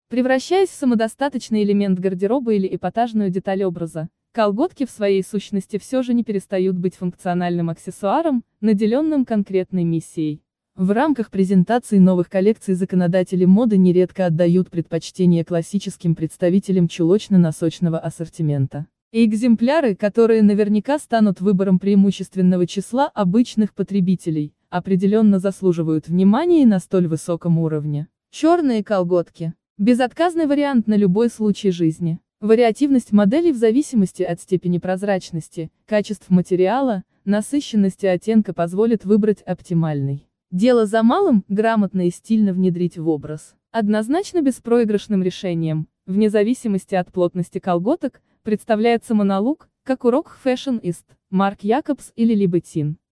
Превращаясь в самодостаточный элемент гардероба или эпатажную деталь образа, колготки в своей сущности все же не перестают быть функциональным аксессуаром, наделенным конкретной миссией. В рамках презентации новых коллекций законодатели моды нередко отдают предпочтение классическим представителям чулочно-носочного ассортимента. И экземпляры, которые наверняка станут выбором преимущественного числа обычных потребителей, определенно заслуживают внимания и на столь высоком уровне. Черные колготки. Безотказный вариант на любой случай жизни. Вариативность моделей в зависимости от степени прозрачности, качеств материала, насыщенности оттенка позволит выбрать оптимальный. Дело за малым – грамотно и стильно внедрить в образ. Однозначно беспроигрышным решением, вне зависимости от плотности колготок, представляется монолук, как урок фэшн-ист, Марк Якобс или Либетин.